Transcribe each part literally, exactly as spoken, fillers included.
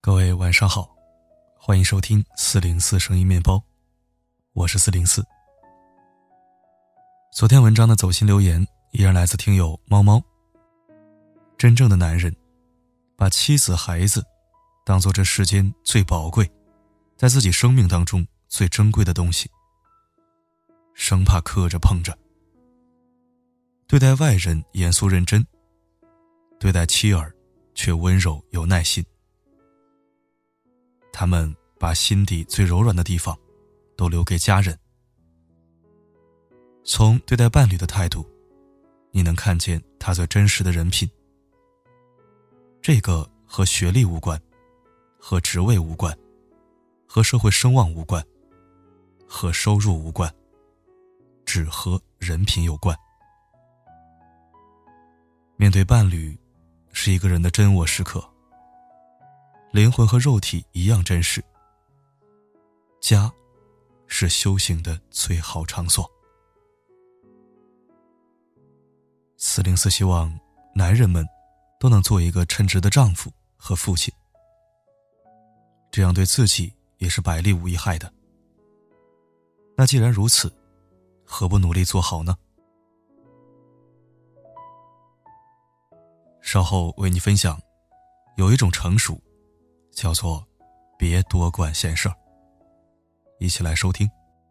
各位晚上好，欢迎收听四零四声音面包，我是四零四。昨天文章的走心留言依然来自听友猫猫。真正的男人把妻子孩子当作这世间最宝贵，在自己生命当中最珍贵的东西，生怕磕着碰着。对待外人严肃认真，对待妻儿却温柔有耐心。他们把心底最柔软的地方都留给家人。从对待伴侣的态度，你能看见他最真实的人品。这个和学历无关，和职位无关，和社会声望无关，和收入无关，只和人品有关。面对伴侣，是一个人的真我时刻，灵魂和肉体一样真实。家是修行的最好场所。四零四希望男人们都能做一个称职的丈夫和父亲，这样对自己也是百利无一害的。那既然如此，何不努力做好呢？稍后为你分享，有一种成熟叫做别多管闲事儿。一起来收听。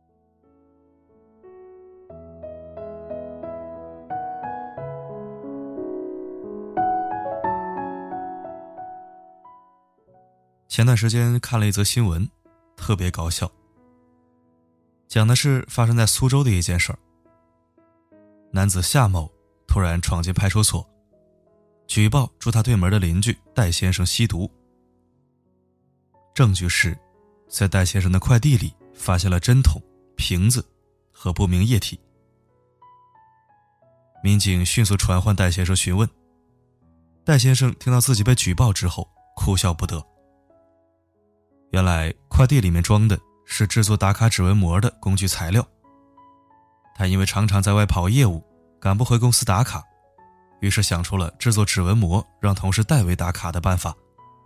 前段时间看了一则新闻，特别搞笑。讲的是发生在苏州的一件事儿。男子夏某突然闯进派出所，举报住他对门的邻居戴先生吸毒。证据是，在戴先生的快递里发现了针筒、瓶子和不明液体。民警迅速传唤戴先生询问。戴先生听到自己被举报之后，哭笑不得。原来快递里面装的是制作打卡指纹膜的工具材料。他因为常常在外跑业务，赶不回公司打卡，于是想出了制作指纹膜让同事代为打卡的办法。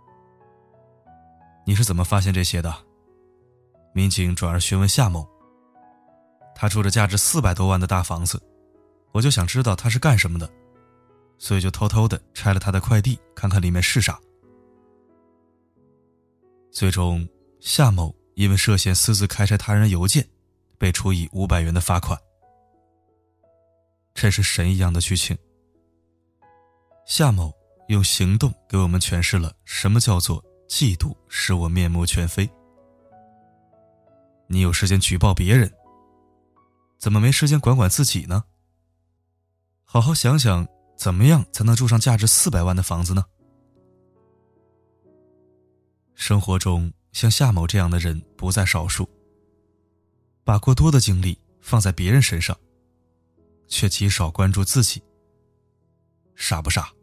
你是怎么发现这些的？民警转而询问夏某。他住着价值四百多万的大房子，我就想知道他是干什么的，所以就偷偷的拆了他的快递，看看里面是啥。最终，夏某因为涉嫌私自开拆他人邮件，被处以五百元的罚款。这是神一样的剧情。夏某用行动给我们诠释了什么叫做嫉妒使我面目全非。你有时间举报别人，怎么没时间管管自己呢？好好想想，怎么样才能住上价值四百万的房子呢？生活中像夏某这样的人不在少数，把过多的精力放在别人身上，却极少关注自己，傻不傻？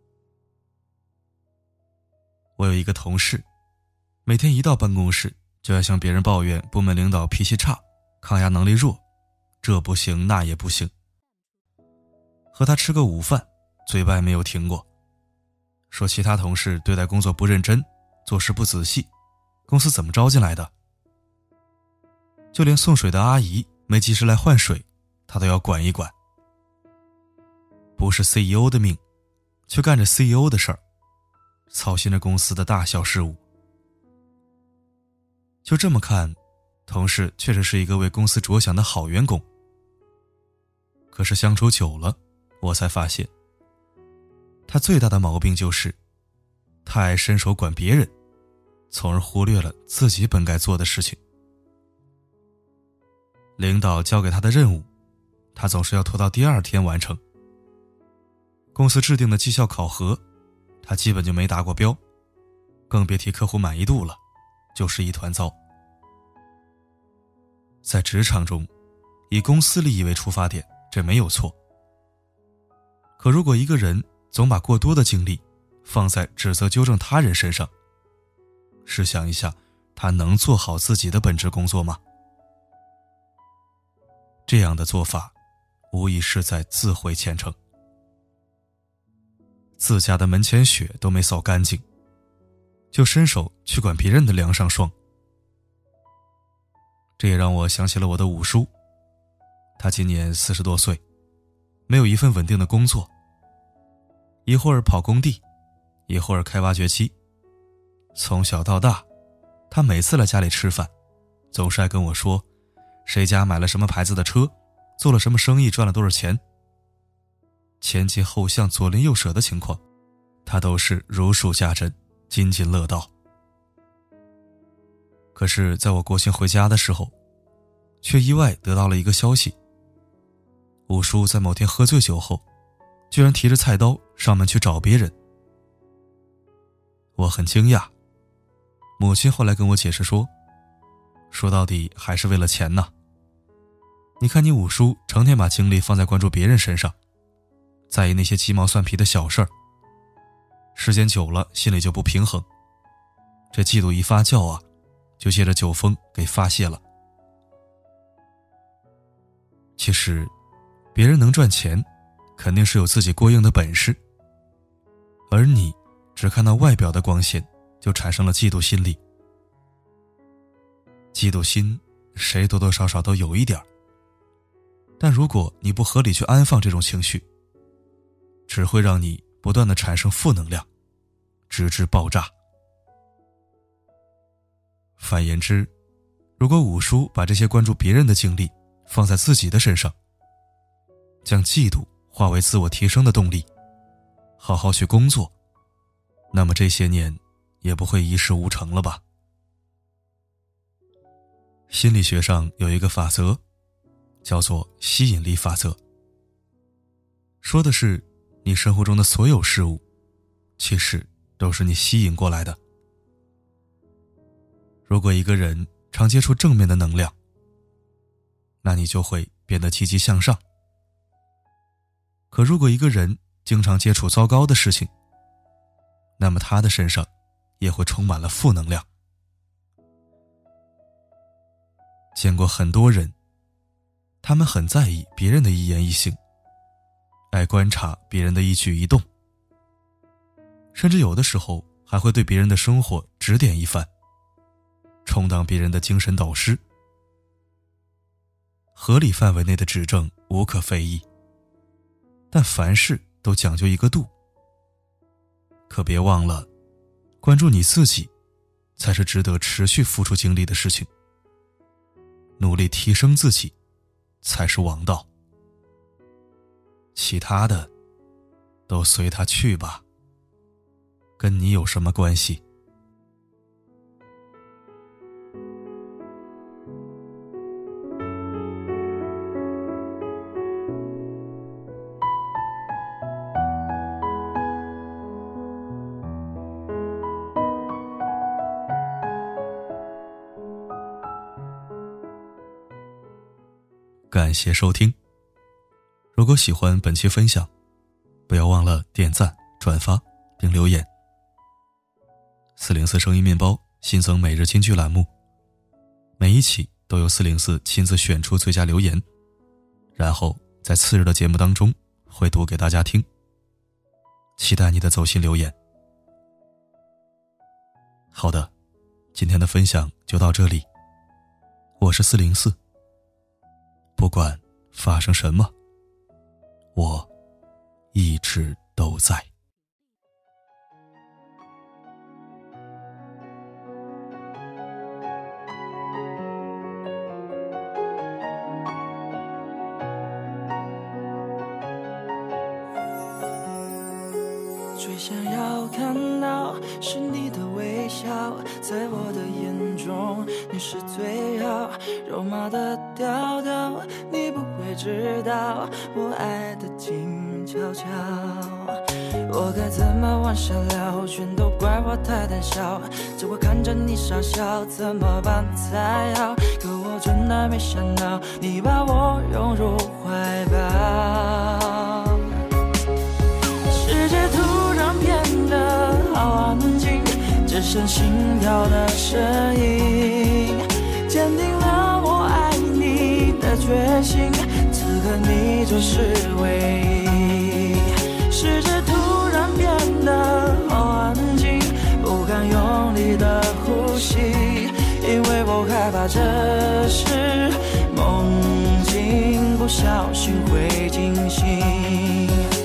我有一个同事，每天一到办公室就要向别人抱怨部门领导脾气差，抗压能力弱，这不行那也不行。和他吃个午饭，嘴巴也没有停过，说其他同事对待工作不认真，做事不仔细，公司怎么招进来的？就连送水的阿姨没及时来换水，他都要管一管。不是 C E O 的命，却干着 C E O 的事儿，操心着公司的大小事务。就这么看，同事确实是一个为公司着想的好员工。可是相处久了，我才发现，他最大的毛病就是太爱伸手管别人，从而忽略了自己本该做的事情。领导交给他的任务，他总是要拖到第二天完成。公司制定的绩效考核，他基本就没达过标，更别提客户满意度了，就是一团糟。在职场中，以公司利益为出发点，这没有错。可如果一个人总把过多的精力放在指责纠正他人身上，试想一下，他能做好自己的本职工作吗？这样的做法无疑是在自毁前程。自家的门前雪都没扫干净， 就伸手去管别人的梁上霜。这也让我想起了我的五叔，他今年四十多岁，没有一份稳定的工作，一会儿跑工地，一会儿开挖掘机。从小到大，他每次来家里吃饭，总是爱跟我说谁家买了什么牌子的车，做了什么生意赚了多少钱。前前后向左邻右舍的情况，他都是如数家珍，津津乐道。可是在我国庆回家的时候，却意外得到了一个消息，五叔在某天喝醉酒后，居然提着菜刀上门去找别人。我很惊讶，母亲后来跟我解释说，说到底还是为了钱呢。你看你五叔成天把精力放在关注别人身上，在意那些鸡毛蒜皮的小事儿，时间久了心里就不平衡，这嫉妒一发酵啊，就借着酒疯给发泄了。其实别人能赚钱，肯定是有自己过硬的本事，而你只看到外表的光鲜，就产生了嫉妒心理。嫉妒心谁多多少少都有一点，但如果你不合理去安放这种情绪，只会让你不断地产生负能量，直至爆炸。反言之，如果五叔把这些关注别人的精力放在自己的身上，将嫉妒化为自我提升的动力，好好去工作，那么这些年也不会一事无成了吧。心理学上有一个法则，叫做吸引力法则，说的是你生活中的所有事物，其实都是你吸引过来的。如果一个人常接触正面的能量，那你就会变得积极向上。可如果一个人经常接触糟糕的事情，那么他的身上也会充满了负能量。见过很多人，他们很在意别人的一言一行，爱观察别人的一举一动，甚至有的时候还会对别人的生活指点一番，充当别人的精神导师。合理范围内的指正无可非议，但凡事都讲究一个度。可别忘了，关注你自己才是值得持续付出精力的事情，努力提升自己才是王道，其他的都随他去吧，跟你有什么关系？感谢收听。如果喜欢本期分享，不要忘了点赞、转发并留言。四零四声音面包新增每日金句栏目，每一期都由四零四亲自选出最佳留言，然后在次日的节目当中会读给大家听。期待你的走心留言。好的，今天的分享就到这里。我是四零四，不管发生什么，我一直都在。 最想要看到是你的微笑，在我的眼中你是最好，肉麻的调调你不会知道，我爱的静悄悄。我该怎么往下聊，全都怪我太胆小，只会看着你傻笑，怎么办才好？可我真的没想到你把我拥入怀抱，世界突然变得好安静，只剩心跳的声音，坚定了我爱你的决心，此刻你就是唯一。世界突然变得好安静，不敢拥我害怕这是梦境，不小心会惊醒。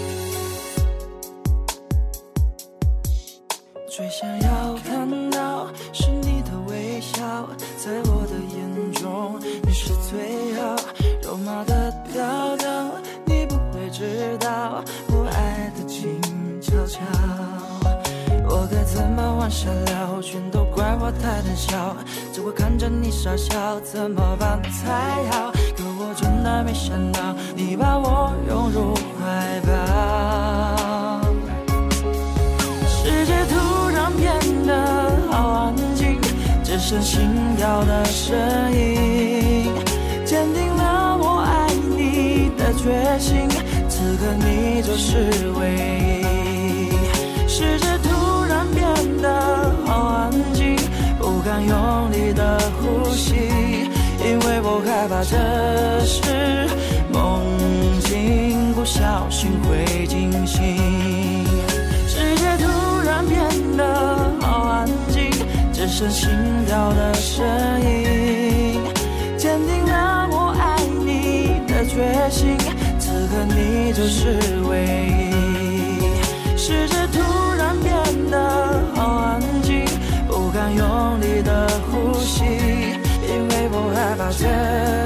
最想要看到是你的微笑，在我的眼中你是最好，肉麻的调调，你不会知道我爱的静悄悄。我该怎么往下聊，全都怪我太胆小，只会看着你傻笑，怎么办才好？可我真的没想到你把我拥入怀抱，世界突然变得好安静，只剩心跳的声音，坚定了我爱你的决心，此刻你就是唯一。世界突然变得好安静，不敢用力的呼吸，因为我害怕这是梦境，不小心会惊醒。世界突然变得好安静，只剩心跳的声音，坚定了我爱你的决心，此刻你就是唯一。世界突然变得好安静，不敢用力的呼吸，因为我害怕这